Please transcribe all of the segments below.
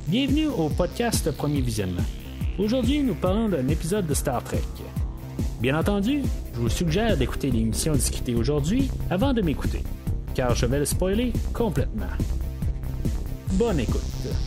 Bienvenue au podcast Premier Visionnement. Aujourd'hui, nous parlons d'un épisode de Star Trek. Bien entendu, je vous suggère d'écouter l'émission discutée aujourd'hui avant de m'écouter, car je vais le spoiler complètement. Bonne écoute.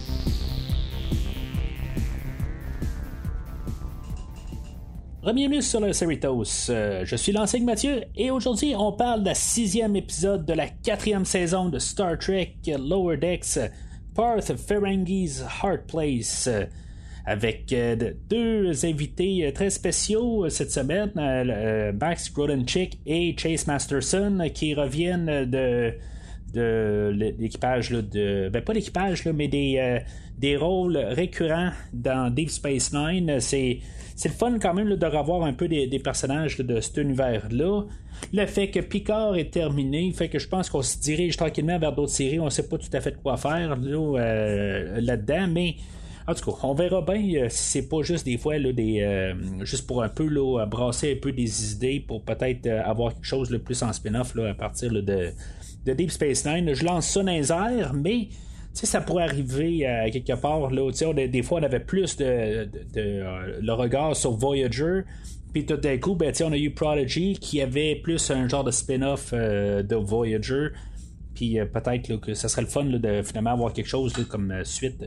Bienvenue sur le Cerritos. Je suis l'enseigne Mathieu et aujourd'hui on parle du 6e épisode de la 4e saison de Star Trek Lower Decks, Parth Ferengi's Heart Place, avec deux invités très spéciaux cette semaine, Max Grodenchik et Chase Masterson, qui reviennent de l'équipage pas l'équipage là, mais des rôles récurrents dans Deep Space Nine. C'est le fun quand même là, de revoir un peu des personnages là, de cet univers-là. Le fait que Picard est terminé fait que je pense qu'on se dirige tranquillement vers d'autres séries. On ne sait pas tout à fait quoi faire là-dedans, mais en tout cas, on verra bien si c'est pas juste des fois là, juste pour un peu là, brasser un peu des idées pour peut-être avoir quelque chose le plus en spin-off là, à partir là, de Deep Space Nine. Je lance ça dans les airs, mais ça pourrait arriver quelque part. Là, des fois, on avait plus le regard sur Voyager. Puis tout d'un coup, on a eu Prodigy qui avait plus un genre de spin-off de Voyager. Puis peut-être là, que ça serait le fun là, de finalement avoir quelque chose là, comme suite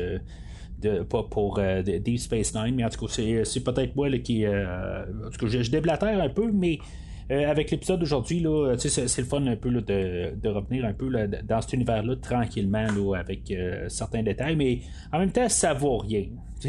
pour Deep Space Nine. Mais en tout cas, c'est peut-être moi là, qui... en tout cas, je déblatère un peu, mais... avec l'épisode d'aujourd'hui, là, c'est le fun un peu là, de revenir un peu là, dans cet univers-là tranquillement là, avec certains détails, mais en même temps, ça vaut rien.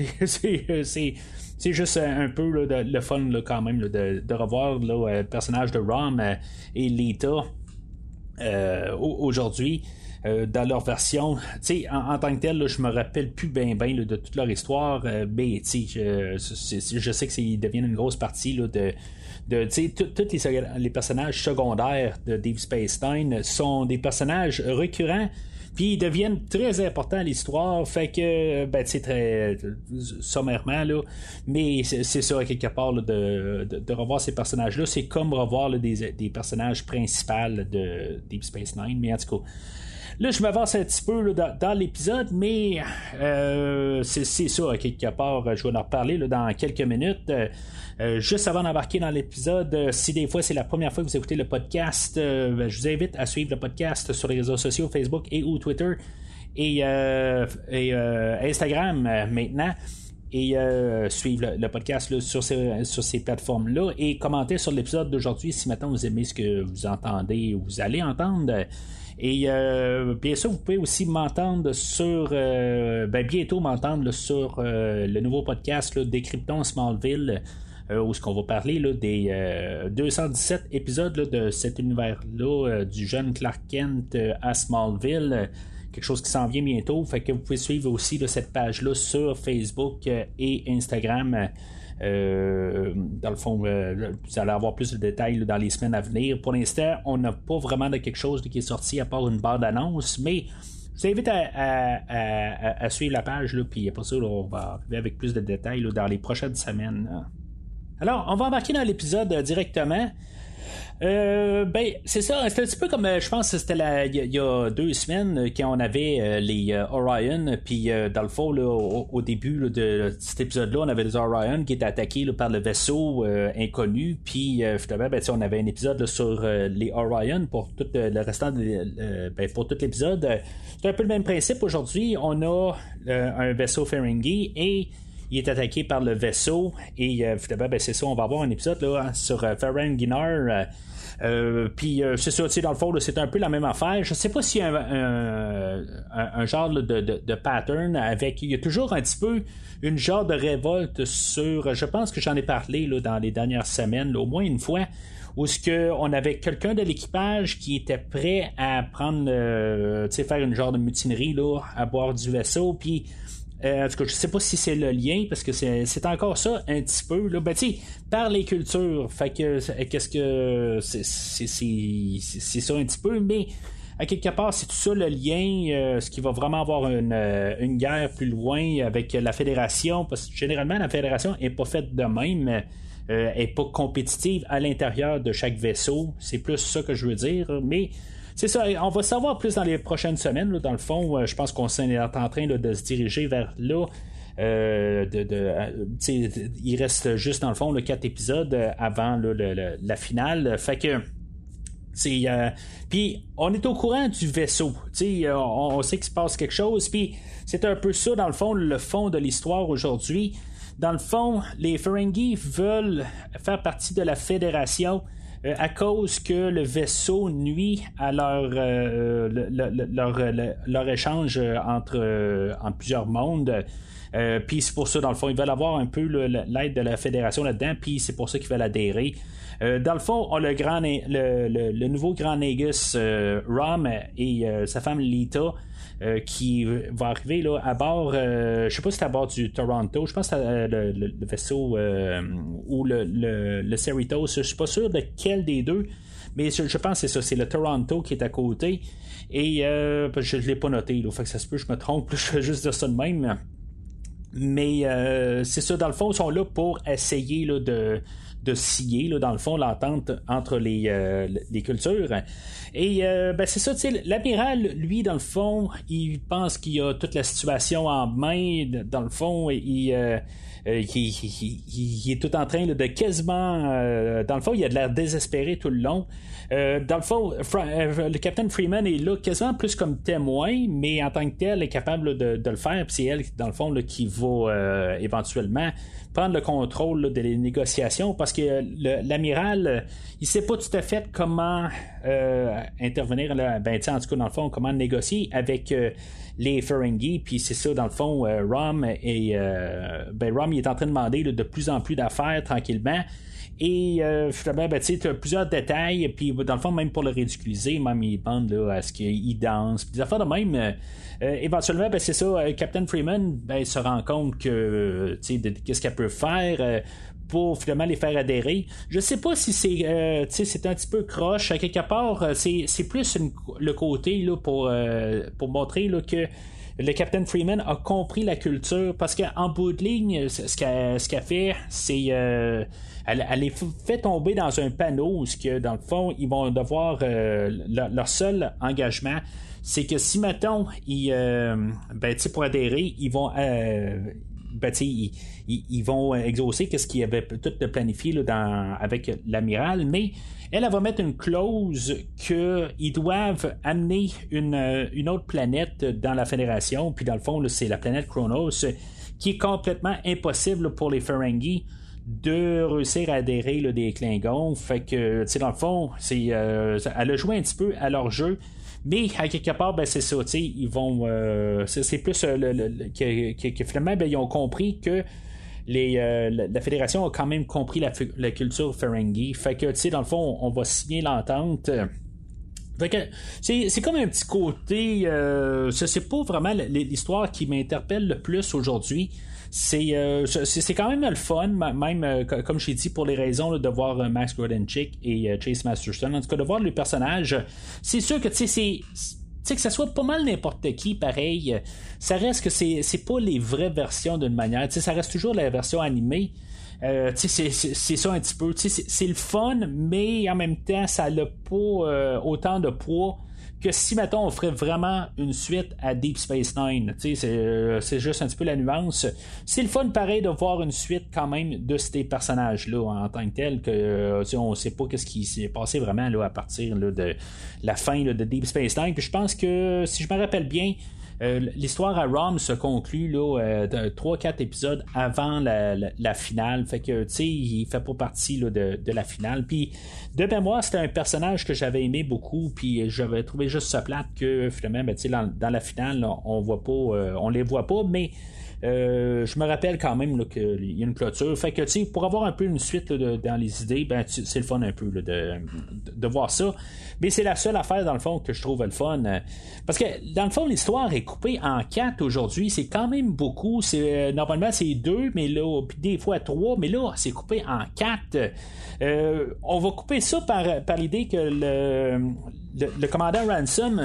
C'est juste un peu là, le fun là, quand même là, de revoir là, le personnage de Rom et Lita aujourd'hui. Dans leur version, en tant que tel, là, je me rappelle plus bien de toute leur histoire, mais je sais que ils deviennent une grosse partie là, tous les personnages secondaires de Deep Space Nine sont des personnages récurrents, puis ils deviennent très importants à l'histoire, fait que très sommairement là, mais c'est ça quelque part là, de revoir ces personnages là, c'est comme revoir là, des personnages principaux de Deep Space Nine, mais en tout cas là, je m'avance un petit peu là, dans l'épisode, mais c'est ça, quelque part, je vais en reparler là, dans quelques minutes. Juste avant d'embarquer dans l'épisode, si des fois c'est la première fois que vous écoutez le podcast, je vous invite à suivre le podcast sur les réseaux sociaux Facebook et ou Twitter et Instagram maintenant. Et suivre le podcast là, sur ces plateformes-là et commenter sur l'épisode d'aujourd'hui si maintenant vous aimez ce que vous entendez ou vous allez entendre. Et bien sûr, vous pouvez aussi m'entendre sur bientôt m'entendre là, sur le nouveau podcast là, Décryptons Smallville, où ce qu'on va parler là, des 217 épisodes là, de cet univers-là du jeune Clark Kent à Smallville. Quelque chose qui s'en vient bientôt. Fait que vous pouvez suivre aussi là, cette page-là sur Facebook et Instagram. Dans le fond, vous allez avoir plus de détails là, dans les semaines à venir. Pour l'instant, on n'a pas vraiment de quelque chose qui est sorti à part une barre d'annonce, mais je vous invite à suivre la page, là, puis après ça, là, on va arriver avec plus de détails là, dans les prochaines semaines. Là. Alors, on va embarquer dans l'épisode directement. C'est ça, c'est un petit peu comme je pense que c'était il y a 2 semaines quand on avait les Orion, puis dans le fond là, au début là, de cet épisode-là, on avait les Orion qui étaient attaqués là, par le vaisseau inconnu, puis finalement on avait un épisode là, sur les Orion pour tout le restant pour tout l'épisode. C'est un peu le même principe aujourd'hui. On a un vaisseau Ferengi et il est attaqué par le vaisseau et finalement c'est ça, on va avoir un épisode là, sur Ferenginar. Puis c'est ça, dans le fond, là, c'est un peu la même affaire. Je sais pas s'il y a un genre là, de pattern avec. Il y a toujours un petit peu une genre de révolte sur. Je pense que j'en ai parlé là, dans les dernières semaines, là, au moins une fois, où ce que on avait quelqu'un de l'équipage qui était prêt à prendre, faire une genre de mutinerie là, à bord du vaisseau, puis. En tout cas, je sais pas si c'est le lien, parce que c'est encore ça un petit peu là, par les cultures, fait que qu'est-ce que c'est ça un petit peu, mais à quelque part c'est tout ça le lien, ce qui va vraiment avoir une guerre plus loin avec la fédération, parce que généralement la fédération est pas faite de même, est pas compétitive à l'intérieur de chaque vaisseau, c'est plus ça que je veux dire, mais c'est ça, on va savoir plus dans les prochaines semaines. Là, dans le fond, je pense qu'on est en train là, de se diriger vers là. Il reste juste dans le fond 4 épisodes avant là, la finale. Fait que puis on est au courant du vaisseau. On sait qu'il se passe quelque chose. Puis c'est un peu ça dans le fond de l'histoire aujourd'hui. Dans le fond, les Ferengi veulent faire partie de la Fédération à cause que le vaisseau nuit à leur échange entre plusieurs mondes. Puis c'est pour ça, dans le fond, ils veulent avoir un peu l'aide de la Fédération là-dedans, puis c'est pour ça qu'ils veulent adhérer. Dans le fond, on a le nouveau Grand Nagus Rom et sa femme Lita qui va arriver là, à bord, je sais pas si c'est à bord du Toronto, je pense que c'est le vaisseau ou le Cerritos, je suis pas sûr de quel des deux, mais je pense que c'est ça, c'est le Toronto qui est à côté, et je ne l'ai pas noté, là, fait que ça se peut, je me trompe, je fais juste dire ça de même. Mais c'est ça, dans le fond, ils sont là pour essayer là, de scier, là, dans le fond, l'entente entre les cultures. Et c'est ça, tu sais, l'amiral, lui, dans le fond, il pense qu'il a toute la situation en main. Dans le fond, il est tout en train là, de quasiment... dans le fond, il a de l'air désespéré tout le long. Dans le fond, le Captain Freeman est là quasiment plus comme témoin, mais en tant que tel, est capable de le faire. Puis c'est elle, dans le fond, là, qui va éventuellement prendre le contrôle là, des négociations, parce que l'amiral, il sait pas tout à fait comment intervenir là, en tout cas, dans le fond, comment négocier avec les Ferengi. Puis c'est ça, dans le fond, Rom et Rom, il est en train de demander là, de plus en plus d'affaires tranquillement. Et finalement, tu as plusieurs détails, puis dans le fond, même pour le ridiculiser, même il demande là, à ce qu'il danse, puis des affaires de même. Éventuellement, c'est ça, Captain Freeman se rend compte que qu'est-ce qu'elle peut faire pour finalement les faire adhérer. Je sais pas si c'est un petit peu croche. À quelque part, c'est plus le côté là, pour montrer là, que le Captain Freeman a compris la culture, parce qu'en bout de ligne, ce qu'elle fait, c'est elle les fait tomber dans un panneau où, dans le fond, ils vont devoir leur seul engagement, c'est que si, mettons, pour adhérer, ils vont ils vont exaucer ce qu'ils avaient tout planifié là, avec l'amiral, mais elle va mettre une clause qu'ils doivent amener une autre planète dans la Fédération, puis dans le fond, là, c'est la planète Chronos, qui est complètement impossible pour les Ferengi de réussir à adhérer là, des Klingons. Fait que, dans le fond, elle a joué un petit peu à leur jeu. Mais à quelque part, c'est ça, ils vont. C'est plus que finalement, ils ont compris que la Fédération a quand même compris la culture Ferengi. Fait que, dans le fond, on va signer l'entente. Fait que c'est comme un petit côté. C'est pas vraiment l'histoire qui m'interpelle le plus aujourd'hui. C'est quand même le fun, même comme j'ai dit, pour les raisons là, de voir Max Grodénchik et Chase Masterson, en tout cas de voir les personnages. C'est sûr que que ça soit pas mal n'importe qui pareil, ça reste que c'est pas les vraies versions d'une manière, ça reste toujours la version animée. C'est ça un petit peu, c'est le fun, mais en même temps ça n'a pas autant de poids que si, mettons, on ferait vraiment une suite à Deep Space Nine. C'est juste un petit peu la nuance. C'est le fun, pareil, de voir une suite quand même de ces personnages-là en tant que tel, que on sait pas ce qui s'est passé vraiment là, à partir là, de la fin là, de Deep Space Nine. Puis je pense que, si je me rappelle bien, l'histoire à Rom se conclut là, 3-4 épisodes avant la finale. Fait que, il fait pas partie là, de la finale. Puis, de mémoire, c'était un personnage que j'avais aimé beaucoup. Puis, j'avais trouvé juste ça plate que, finalement, dans la finale, là, on les voit pas. Mais je me rappelle quand même là, qu'il y a une clôture. Fait que, pour avoir un peu une suite là, dans les idées, c'est le fun un peu là, de voir ça. Mais c'est la seule affaire, dans le fond, que je trouve le fun. Parce que, dans le fond, l'histoire est coupée en 4 aujourd'hui. C'est quand même beaucoup. Normalement, c'est 2, mais là, puis des fois 3, mais là, c'est coupé en 4. On va couper ça par l'idée que le commandant Ransom,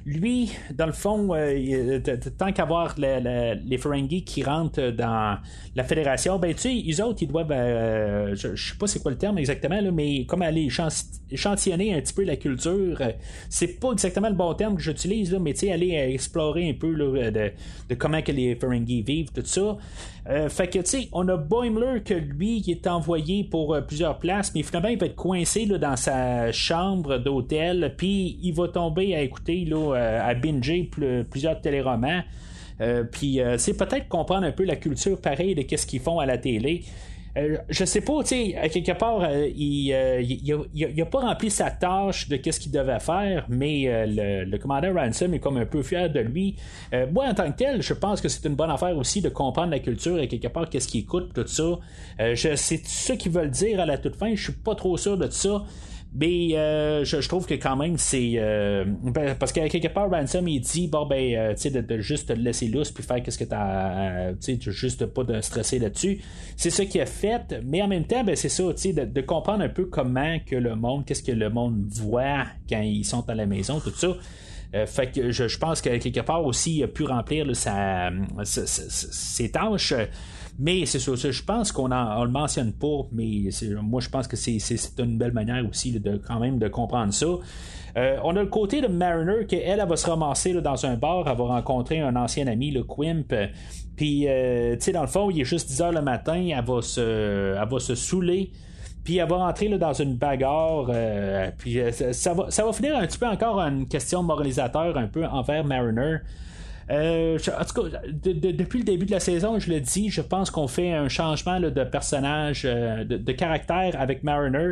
lui, dans le fond, tant qu'avoir les Ferengi qui rentrent dans la fédération, ben tu sais, eux autres, ils doivent, je sais pas c'est quoi le terme exactement, là, mais comme aller échantillonner un petit peu la culture, c'est pas exactement le bon terme que j'utilise, là, mais tu sais, aller explorer un peu là, de comment que les Ferengi vivent, tout ça. Fait que, tu sais, on a Boimler que lui, qui est envoyé pour plusieurs places, mais finalement, il va être coincé là, dans sa chambre d'hôtel, puis il va tomber à écouter, là, à binger plusieurs téléromans. Puis, c'est peut-être comprendre un peu la culture pareille de qu'est-ce qu'ils font à la télé. Je sais pas, tu sais, à quelque part, il a pas rempli sa tâche de qu'est-ce qu'il devait faire, mais le commandant Ransom est comme un peu fier de lui. Moi, en tant que tel, je pense que c'est une bonne affaire aussi de comprendre la culture et quelque part qu'est-ce qu'il écoute, tout ça. C'est ça qu'ils veulent dire à la toute fin, je suis pas trop sûr de ça. Mais je trouve que quand même c'est parce qu'à quelque part Ransom il dit bon ben tu sais de juste te laisser lousse puis faire qu'est-ce que t'as tu sais juste pas de stresser là-dessus, c'est ça qu'il a fait, mais en même temps ben c'est ça tu sais de comprendre un peu comment que le monde, qu'est-ce que le monde voit quand ils sont à la maison, tout ça. Fait que je pense que quelque part aussi il a pu remplir là, ses tâches. Mais c'est ça, je pense qu'on le mentionne pas, mais moi je pense que c'est une belle manière aussi là, de quand même de comprendre ça. On a le côté de Mariner qu'elle va se ramasser là, dans un bar, elle va rencontrer un ancien ami, le Quimp. Puis tu sais dans le fond, il est juste 10h le matin, elle va se saouler. Puis elle va rentrer là, dans une bagarre. Puis ça va finir un petit peu encore une question moralisateur un peu envers Mariner. En tout cas, depuis le début de la saison, je le dis, je pense qu'on fait un changement là, de personnage, de caractère avec Mariner.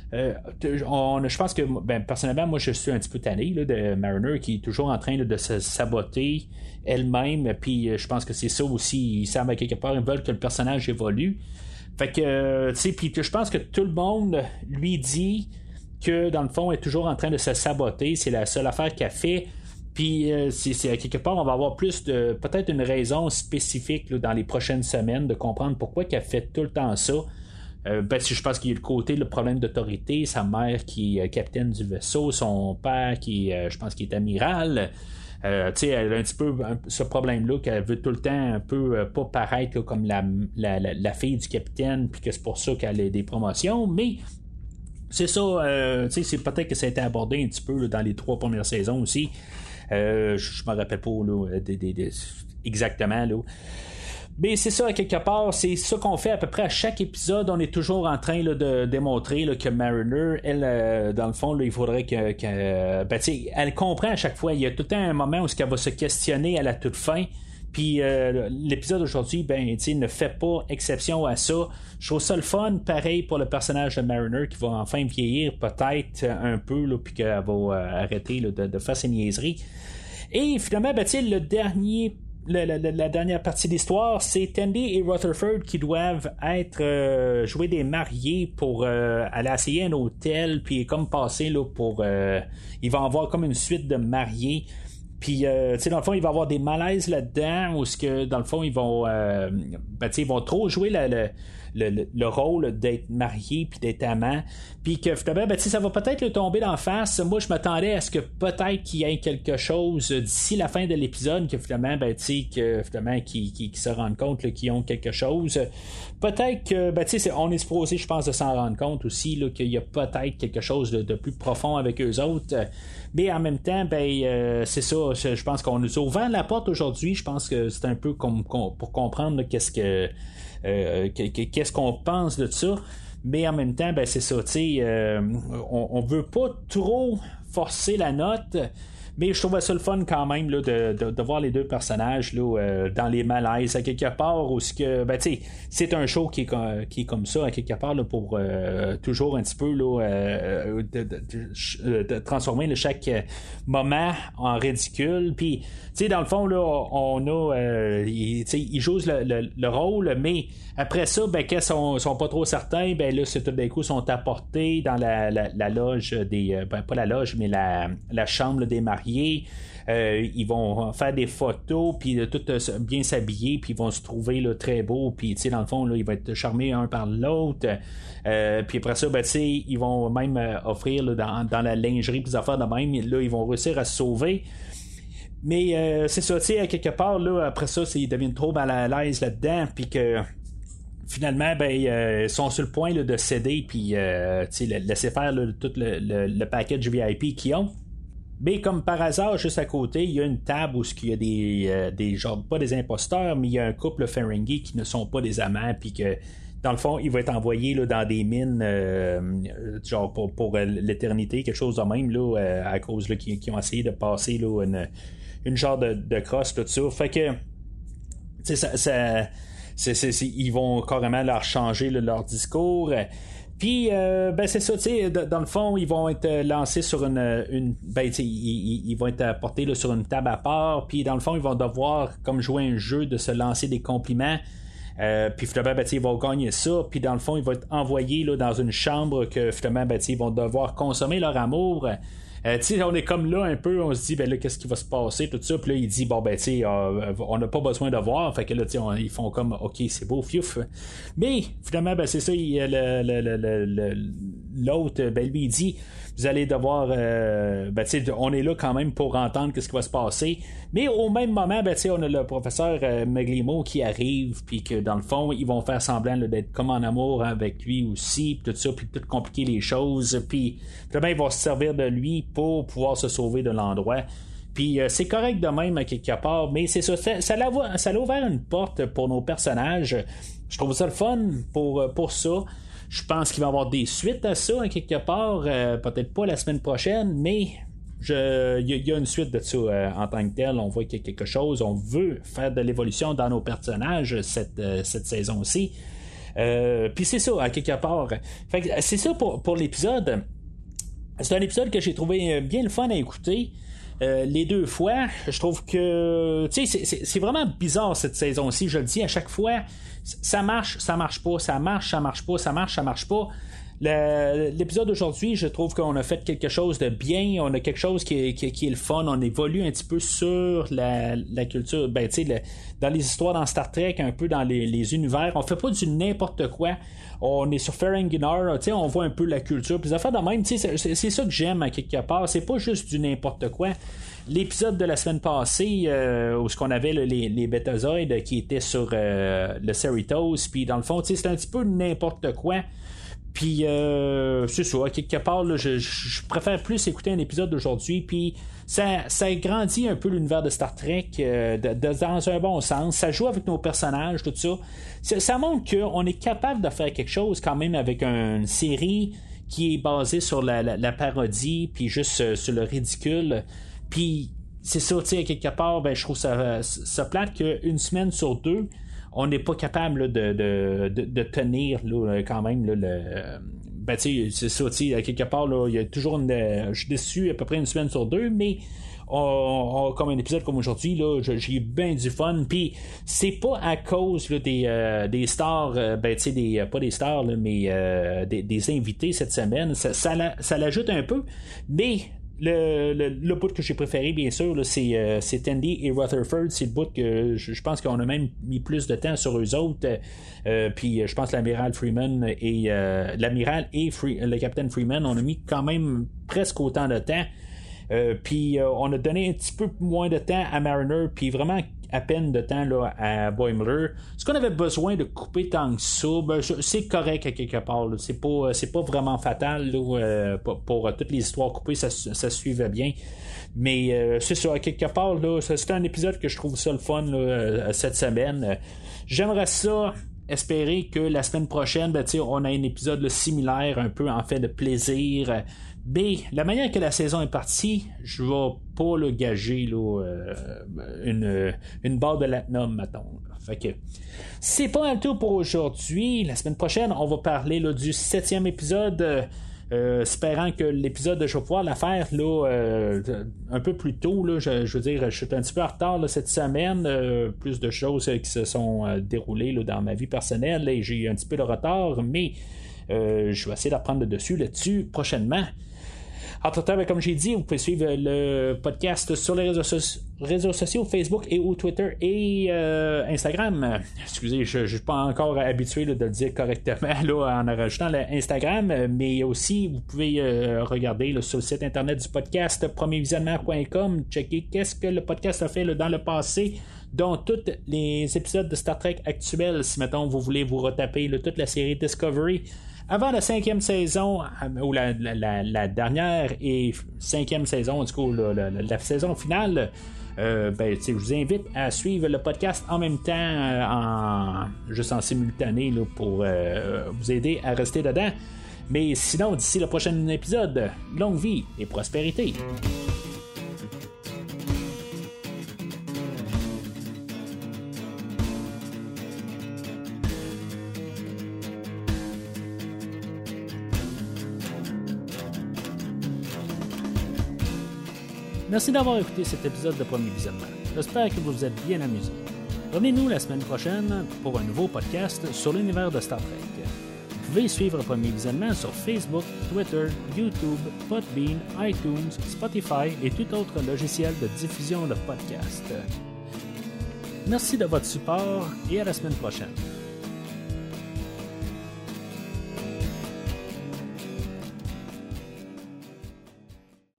Je pense que personnellement, moi je suis un petit peu tanné là, de Mariner qui est toujours en train là, de se saboter elle-même. Puis je pense que c'est ça aussi. Ils savent à quelque part, ils veulent que le personnage évolue. Fait que, tu sais, puis je pense que tout le monde lui dit que dans le fond, elle est toujours en train de se saboter. C'est la seule affaire qu'elle fait. Puis, c'est à quelque part, on va avoir plus de peut-être une raison spécifique là, dans les prochaines semaines de comprendre pourquoi qu'elle fait tout le temps ça. Je pense qu'il y a le côté le problème d'autorité, sa mère qui est capitaine du vaisseau, son père qui je pense qu'il est amiral. Elle a un petit peu ce problème-là qu'elle veut tout le temps un peu pas paraître là, comme la fille du capitaine, puis que c'est pour ça qu'elle a des promotions, mais c'est ça, c'est peut-être que ça a été abordé un petit peu là, dans les 3 premières saisons aussi. Je me rappelle pas là, exactement là. Mais c'est ça, à quelque part, c'est ça qu'on fait à peu près à chaque épisode. On est toujours en train là, de démontrer là, que Mariner, elle, dans le fond, là, il faudrait elle comprend à chaque fois. Il y a tout le temps un moment où elle va se questionner à la toute fin. Puis l'épisode d'aujourd'hui, ne fait pas exception à ça. Je trouve ça le fun, pareil pour le personnage de Mariner qui va enfin vieillir peut-être un peu, là, puis qu'elle va arrêter là, de faire ses niaiseries. Et finalement, la dernière partie de l'histoire, c'est Tandy et Rutherford qui doivent être jouer des mariés pour aller essayer un hôtel, puis comme passer là, pour ils vont avoir comme une suite de mariés. Puis, dans le fond, il va y avoir des malaises là-dedans où, dans le fond, ils vont trop jouer le rôle d'être marié puis d'être amant. Puis que finalement, ça va peut-être le tomber d'en face. Moi, je m'attendais à ce que peut-être qu'il y ait quelque chose d'ici la fin de l'épisode, que finalement, qu'ils se rendent compte là, qu'ils ont quelque chose. Peut-être que, on est supposé, je pense, de s'en rendre compte aussi là, qu'il y a peut-être quelque chose de plus profond avec eux autres. Mais en même temps, c'est ça. Je pense qu'on nous a ouvert la porte aujourd'hui. Je pense que c'est un peu comme pour comprendre là, qu'est-ce qu'on pense de ça. Mais en même temps, c'est ça. On veut pas trop forcer la note. Mais je trouvais ça le fun quand même là, de voir les deux personnages là, dans les malaises à quelque part où c'est un show qui est comme ça à quelque part là, pour toujours un petit peu là, de transformer là, chaque moment en ridicule. Puis dans le fond là, on a ils jouent le rôle, mais après ça, quand ils sont pas trop certains, là, c'est tout d'un coup sont apportés dans la loge des pas la loge, mais la chambre là, des mariés. Ils vont faire des photos puis tout bien s'habiller puis ils vont se trouver là, très beaux puis dans le fond là, ils vont être charmés un par l'autre puis après ça ils vont même offrir là, dans la lingerie puis des affaires de même là ils vont réussir à se sauver. Mais c'est ça, tu sais, à quelque part, là, après ça, ils deviennent trop mal à l'aise là-dedans, puis que finalement, ils sont sur le point là, de céder, puis laisser faire là, tout le package VIP qu'ils ont. Mais comme par hasard, juste à côté, il y a une table où il y a des genre, pas des imposteurs, mais il y a un couple Ferengi qui ne sont pas des amants, puis que dans le fond, il va être envoyé là, dans des mines genre pour l'éternité, quelque chose de même, là, à cause là, qu'ils ont essayé de passer là, une genre de crosse, tout ça. Fait que ils vont carrément leur changer là, leur discours. Puis, c'est ça, tu sais, dans le fond, ils vont être lancés sur ils vont être portés là, sur une table à part, puis dans le fond, ils vont devoir, comme jouer un jeu, de se lancer des compliments. Puis finalement, ils vont gagner ça, puis dans le fond, ils vont être envoyés là, dans une chambre que finalement, ils vont devoir consommer leur amour. On est comme là un peu, on se dit, là, qu'est-ce qui va se passer, tout ça. Puis là, il dit, on n'a pas besoin de voir. Fait que là, ils font comme, OK, c'est beau, fiouf. Mais finalement, c'est ça, l'autre, lui, il dit, vous allez devoir, on est là quand même pour entendre qu'est-ce qui va se passer. Mais au même moment, on a le professeur Maglimo qui arrive, puis que dans le fond, ils vont faire semblant là, d'être comme en amour avec lui aussi, puis tout ça, puis tout compliquer les choses. Puis finalement, ils vont se servir de lui pour pouvoir se sauver de l'endroit. Puis c'est correct de même à quelque part, mais c'est ça, ça l'a ouvert une porte pour nos personnages. Je trouve ça le fun pour ça. Je pense qu'il va y avoir des suites à ça, à quelque part. Peut-être pas la semaine prochaine, mais il y a une suite de ça en tant que tel. On voit qu'il y a quelque chose. On veut faire de l'évolution dans nos personnages cette saison-ci. Puis c'est ça, à quelque part. Fait que c'est ça pour l'épisode. C'est un épisode que j'ai trouvé bien le fun à écouter. Les deux fois, je trouve que c'est vraiment bizarre cette saison-ci, je le dis à chaque fois, ça marche pas, ça marche pas, ça marche pas. L'épisode d'aujourd'hui, je trouve qu'on a fait quelque chose de bien, on a quelque chose qui est le fun, on évolue un petit peu sur la culture, dans les histoires dans Star Trek, un peu dans les univers, on fait pas du n'importe quoi. On est sur Ferenginar, on voit un peu la culture, puis les affaires de même, c'est ça que j'aime à quelque part, c'est pas juste du n'importe quoi. L'épisode de la semaine passée où ce qu'on avait les Betazoids qui étaient sur le Cerritos, puis dans le fond, c'est un petit peu n'importe quoi. Puis c'est ça, à quelque part, là, je préfère plus écouter un épisode d'aujourd'hui, puis ça grandit un peu l'univers de Star Trek dans un bon sens. Ça joue avec nos personnages, tout ça. Ça montre qu'on est capable de faire quelque chose quand même avec une série qui est basée sur la parodie, puis juste sur le ridicule. Puis c'est ça, tu sais, à quelque part, je trouve ça plate qu'une semaine sur deux, on n'est pas capable là, de tenir là, quand même là, c'est ça, à quelque part, là, il y a toujours je suis déçu à peu près une semaine sur deux, mais comme un épisode comme aujourd'hui, là, j'ai eu bien du fun. Puis c'est pas à cause là, des stars, pas des stars, là, mais des invités cette semaine. Ça l'ajoute un peu, mais le bout que j'ai préféré, bien sûr, là, c'est Tandy et Rutherford. C'est le bout que je pense qu'on a même mis plus de temps sur eux autres. Puis je pense que l'amiral Freeman et le capitaine Freeman, on a mis quand même presque autant de temps. Puis on a donné un petit peu moins de temps à Mariner, puis vraiment à peine de temps là, à Boimler. Ce qu'on avait besoin de couper tant que ça, c'est correct à quelque part. Là. C'est pas vraiment fatal là, pour toutes les histoires coupées, ça suivait bien. Mais c'est ça, à quelque part, là, c'est un épisode que je trouve ça le fun là, cette semaine. J'aimerais ça espérer que la semaine prochaine, on a un épisode là, similaire, un peu en fait de plaisir. Mais la manière que la saison est partie, je vais pas le gager là, une barre de latinum, mettons. Fait que c'est pas un tout pour aujourd'hui. La semaine prochaine, on va parler là, du 7e épisode. Espérant que l'épisode, je vais pouvoir la faire là, un peu plus tôt. Là, je veux dire, je suis un petit peu en retard là, cette semaine. Plus de choses qui se sont déroulées là, dans ma vie personnelle. Là, et j'ai eu un petit peu de retard, mais je vais essayer d'apprendre le dessus là-dessus prochainement. Entre-temps, comme j'ai dit, vous pouvez suivre le podcast sur les réseaux sociaux, Facebook et ou Twitter et Instagram. Excusez, je ne suis pas encore habitué de le dire correctement là, en rajoutant l'Instagram, mais aussi vous pouvez regarder là, sur le site internet du podcast premiervisionnement.com, checker qu'est-ce que le podcast a fait là, dans le passé, dont tous les épisodes de Star Trek actuels, si mettons vous voulez vous retaper là, toute la série Discovery avant la 5e saison, ou la dernière et 5e saison, du coup la saison finale. Je vous invite à suivre le podcast en même temps, juste en simultané là, pour vous aider à rester dedans. Mais sinon, d'ici le prochain épisode, longue vie et prospérité. Merci d'avoir écouté cet épisode de Premier Visionnement. J'espère que vous vous êtes bien amusés. Revenez-nous la semaine prochaine pour un nouveau podcast sur l'univers de Star Trek. Vous pouvez suivre Premier Visionnement sur Facebook, Twitter, YouTube, Podbean, iTunes, Spotify et tout autre logiciel de diffusion de podcasts. Merci de votre support et à la semaine prochaine.